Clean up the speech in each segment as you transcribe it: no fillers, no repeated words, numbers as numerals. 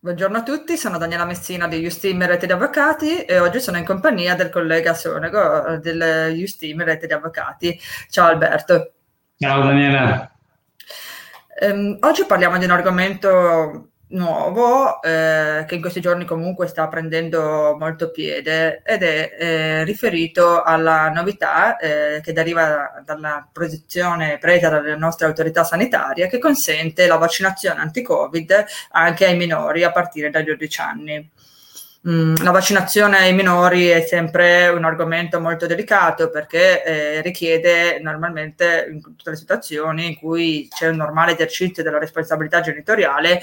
Buongiorno a tutti, sono Daniela Messina di Justim Rete di Avvocati e oggi sono in compagnia del collega Sonego del Justim Rete di Avvocati. Ciao Alberto. Ciao Daniela. Oggi parliamo di un argomento nuovo che in questi giorni comunque sta prendendo molto piede ed è riferito alla novità che deriva dalla posizione presa dalle nostre autorità sanitarie che consente la vaccinazione anti-Covid anche ai minori a partire dai 12 anni. La vaccinazione ai minori è sempre un argomento molto delicato perché richiede normalmente in tutte le situazioni in cui c'è un normale esercizio della responsabilità genitoriale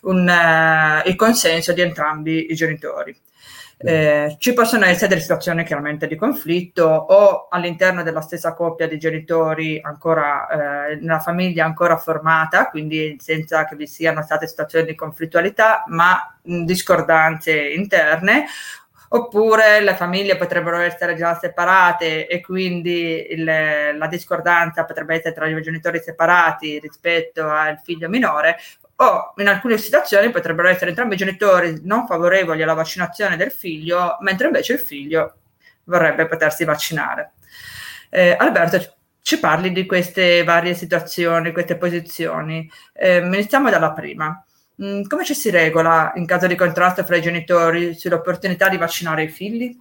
il consenso di entrambi i genitori. Ci possono essere delle situazioni chiaramente di conflitto o all'interno della stessa coppia di genitori ancora nella famiglia ancora formata, quindi senza che vi siano state situazioni di conflittualità, ma discordanze interne, oppure le famiglie potrebbero essere già separate e quindi la discordanza potrebbe essere tra i genitori separati rispetto al figlio minore, o in alcune situazioni potrebbero essere entrambi i genitori non favorevoli alla vaccinazione del figlio, mentre invece il figlio vorrebbe potersi vaccinare. Alberto, ci parli di queste varie situazioni, queste posizioni. Iniziamo dalla prima. Come ci si regola in caso di contrasto fra i genitori sull'opportunità di vaccinare i figli?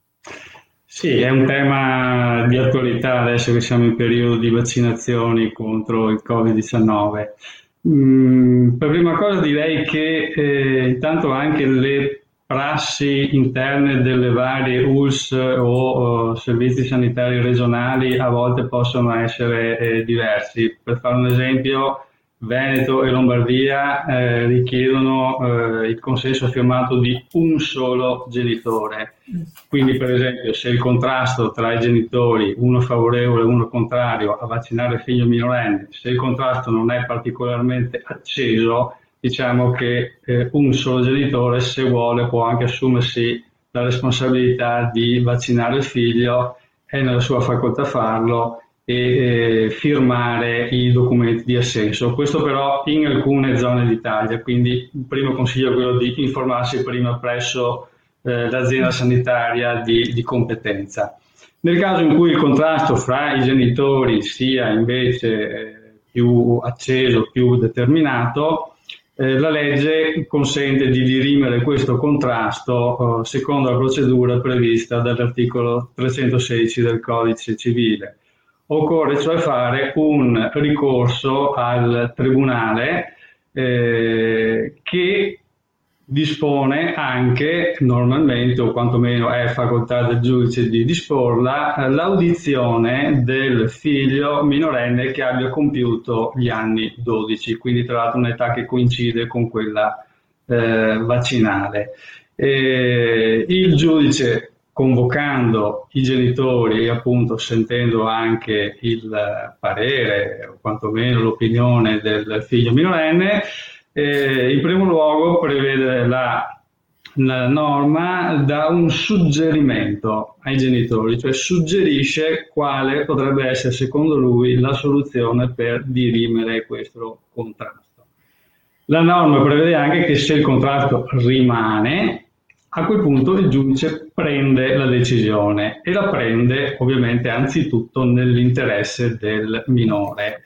Sì, è un tema di attualità adesso che siamo in periodo di vaccinazioni contro il Covid-19. Per prima cosa direi che intanto anche le prassi interne delle varie ULS o servizi sanitari regionali a volte possono essere diversi. Per fare un esempio, Veneto e Lombardia richiedono il consenso firmato di un solo genitore. Quindi, per esempio, se il contrasto tra i genitori, uno favorevole e uno contrario a vaccinare il figlio minorenne, se il contrasto non è particolarmente acceso, diciamo che un solo genitore, se vuole, può anche assumersi la responsabilità di vaccinare il figlio, è nella sua facoltà farlo e firmare i documenti di assenso. Questo però in alcune zone d'Italia, quindi il primo consiglio è quello di informarsi prima presso l'azienda sanitaria di competenza. Nel caso in cui il contrasto fra i genitori sia invece più acceso, più determinato, la legge consente di dirimere questo contrasto secondo la procedura prevista dall'articolo 316 del Codice Civile. Occorre cioè fare un ricorso al Tribunale che dispone anche, normalmente, o quantomeno è facoltà del giudice di disporla, l'audizione del figlio minorenne che abbia compiuto gli anni 12, quindi tra l'altro un'età che coincide con quella vaccinale. Il giudice, convocando i genitori e appunto sentendo anche il parere o quantomeno l'opinione del figlio minorenne, in primo luogo prevede la norma dà un suggerimento ai genitori, cioè suggerisce quale potrebbe essere secondo lui la soluzione per dirimere questo contrasto. La norma prevede anche che se il contratto rimane, a quel punto il giudice prende la decisione e la prende ovviamente anzitutto nell'interesse del minore.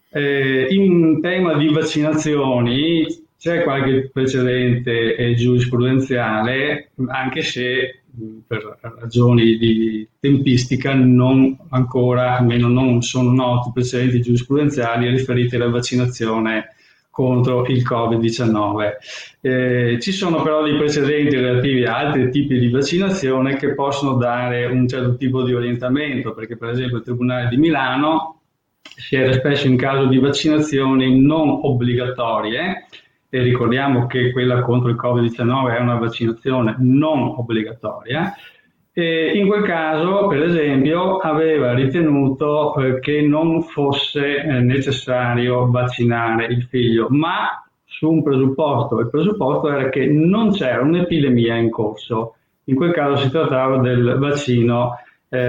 In tema di vaccinazioni c'è qualche precedente giurisprudenziale, anche se per ragioni di tempistica non ancora, almeno non sono noti precedenti giurisprudenziali riferiti alla vaccinazione contro il Covid-19. Ci sono però dei precedenti relativi a altri tipi di vaccinazione che possono dare un certo tipo di orientamento, perché per esempio il Tribunale di Milano si era spesso in caso di vaccinazioni non obbligatorie, e ricordiamo che quella contro il Covid-19 è una vaccinazione non obbligatoria, e in quel caso, per esempio, aveva ritenuto che non fosse necessario vaccinare il figlio, ma su un presupposto. Il presupposto era che non c'era un'epidemia in corso. In quel caso si trattava del vaccino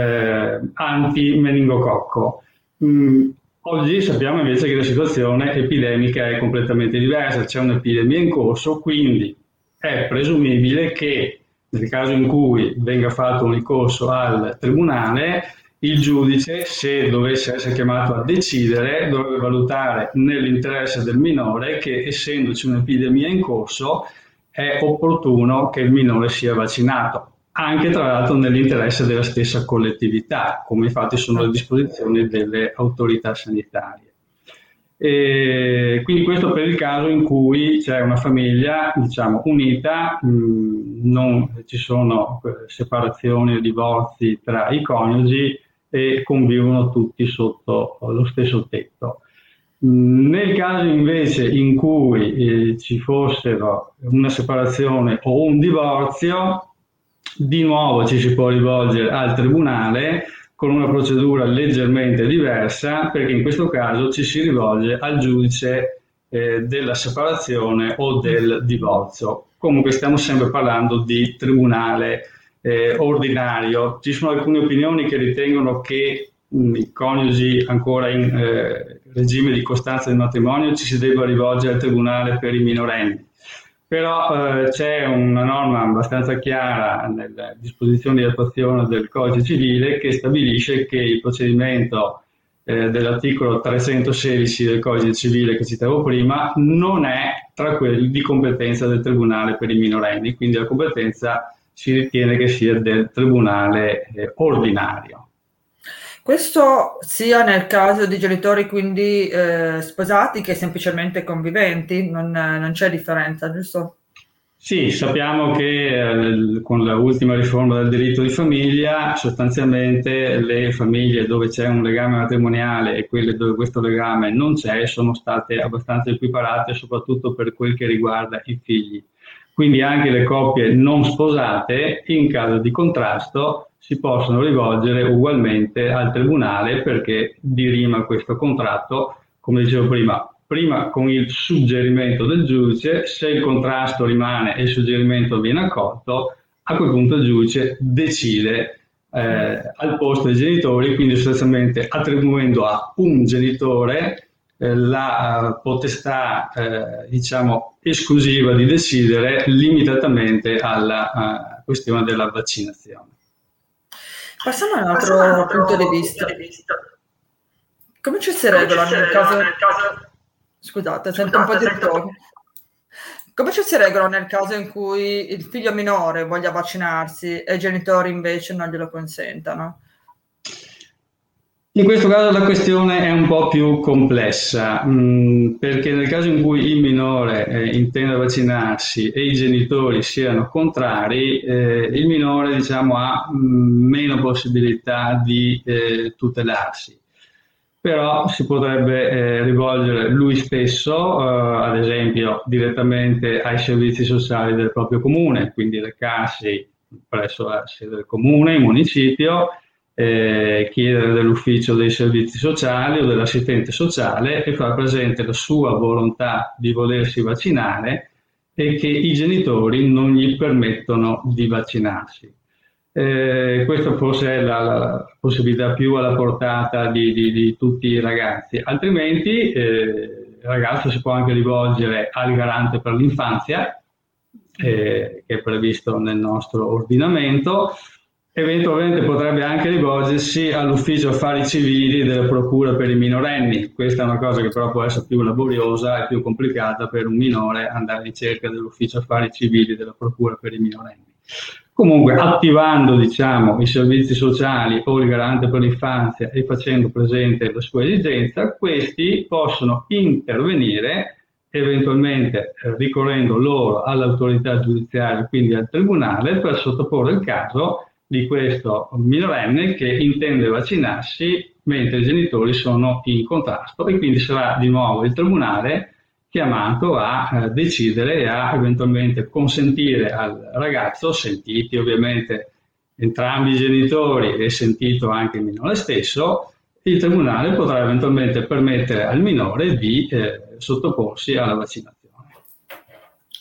anti-meningococco. Oggi sappiamo invece che la situazione epidemica è completamente diversa, c'è un'epidemia in corso, quindi è presumibile che nel caso in cui venga fatto un ricorso al tribunale, il giudice, se dovesse essere chiamato a decidere, dovrebbe valutare nell'interesse del minore che, essendoci un'epidemia in corso, è opportuno che il minore sia vaccinato, anche tra l'altro nell'interesse della stessa collettività, come infatti sono le disposizioni delle autorità sanitarie. E quindi questo per il caso in cui c'è una famiglia, diciamo, unita, non ci sono separazioni o divorzi tra i coniugi e convivono tutti sotto lo stesso tetto. Nel caso invece in cui ci fossero una separazione o un divorzio, di nuovo ci si può rivolgere al tribunale con una procedura leggermente diversa, perché in questo caso ci si rivolge al giudice della separazione o del divorzio. Comunque stiamo sempre parlando di tribunale ordinario. Ci sono alcune opinioni che ritengono che i coniugi ancora in regime di costanza del matrimonio ci si debba rivolgere al tribunale per i minorenni. Però c'è una norma abbastanza chiara nelle disposizioni di attuazione del Codice Civile che stabilisce che il procedimento dell'articolo 316 del Codice Civile che citavo prima non è tra quelli di competenza del Tribunale per i minorenni, quindi la competenza si ritiene che sia del Tribunale ordinario. Questo sia nel caso di genitori quindi sposati che semplicemente conviventi, non c'è differenza, giusto? Sì, sappiamo che con l'ultima riforma del diritto di famiglia, sostanzialmente le famiglie dove c'è un legame matrimoniale e quelle dove questo legame non c'è sono state abbastanza equiparate, soprattutto per quel che riguarda i figli. Quindi anche le coppie non sposate, in caso di contrasto, si possono rivolgere ugualmente al tribunale perché dirima questo contratto, come dicevo prima con il suggerimento del giudice. Se il contrasto rimane e il suggerimento viene accolto, a quel punto il giudice decide al posto dei genitori, quindi sostanzialmente attribuendo a un genitore la potestà diciamo esclusiva di decidere limitatamente alla questione della vaccinazione. Passiamo a un altro punto di vista. Come ci si regola nel caso... Scusate, sento un po' di ritorno. Come ci si regola nel caso in cui il figlio minore voglia vaccinarsi e i genitori invece non glielo consentano? In questo caso la questione è un po' più complessa, perché nel caso in cui il minore intenda vaccinarsi e i genitori siano contrari, il minore diciamo, ha meno possibilità di tutelarsi. Però si potrebbe rivolgere lui stesso, ad esempio, direttamente ai servizi sociali del proprio comune, quindi recarsi presso la sede del comune, il municipio, chiedere dell'ufficio dei servizi sociali o dell'assistente sociale e far presente la sua volontà di volersi vaccinare e che i genitori non gli permettono di vaccinarsi. Questa forse è la possibilità più alla portata di tutti i ragazzi, altrimenti il ragazzo si può anche rivolgere al garante per l'infanzia, che è previsto nel nostro ordinamento. Eventualmente potrebbe anche rivolgersi all'ufficio affari civili della procura per i minorenni. Questa è una cosa che però può essere più laboriosa e più complicata per un minore andare in cerca dell'ufficio affari civili della procura per i minorenni. Comunque attivando diciamo, i servizi sociali o il garante per l'infanzia e facendo presente la sua esigenza, questi possono intervenire eventualmente ricorrendo loro all'autorità giudiziaria, quindi al tribunale, per sottoporre il caso di questo minorenne che intende vaccinarsi mentre i genitori sono in contrasto e quindi sarà di nuovo il tribunale chiamato a decidere e a eventualmente consentire al ragazzo, sentiti ovviamente entrambi i genitori e sentito anche il minore stesso, il tribunale potrà eventualmente permettere al minore di sottoporsi alla vaccinazione.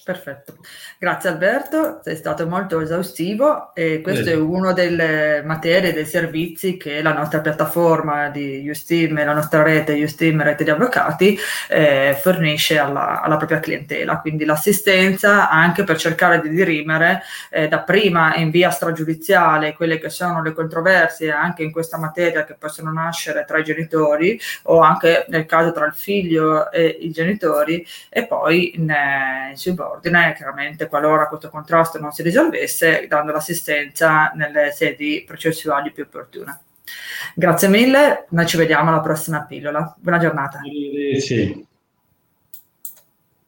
Perfetto, grazie Alberto, sei stato molto esaustivo e questo è uno delle materie, dei servizi che la nostra piattaforma di Justim e la nostra rete Justim Rete di Avvocati fornisce alla propria clientela, quindi l'assistenza anche per cercare di dirimere dapprima in via stragiudiziale quelle che sono le controversie anche in questa materia che possono nascere tra i genitori o anche nel caso tra il figlio e i genitori e poi in subordine, chiaramente qualora questo contrasto non si risolvesse, dando l'assistenza nelle sedi processuali più opportune. Grazie mille, noi ci vediamo alla prossima pillola. Buona giornata. Arrivederci.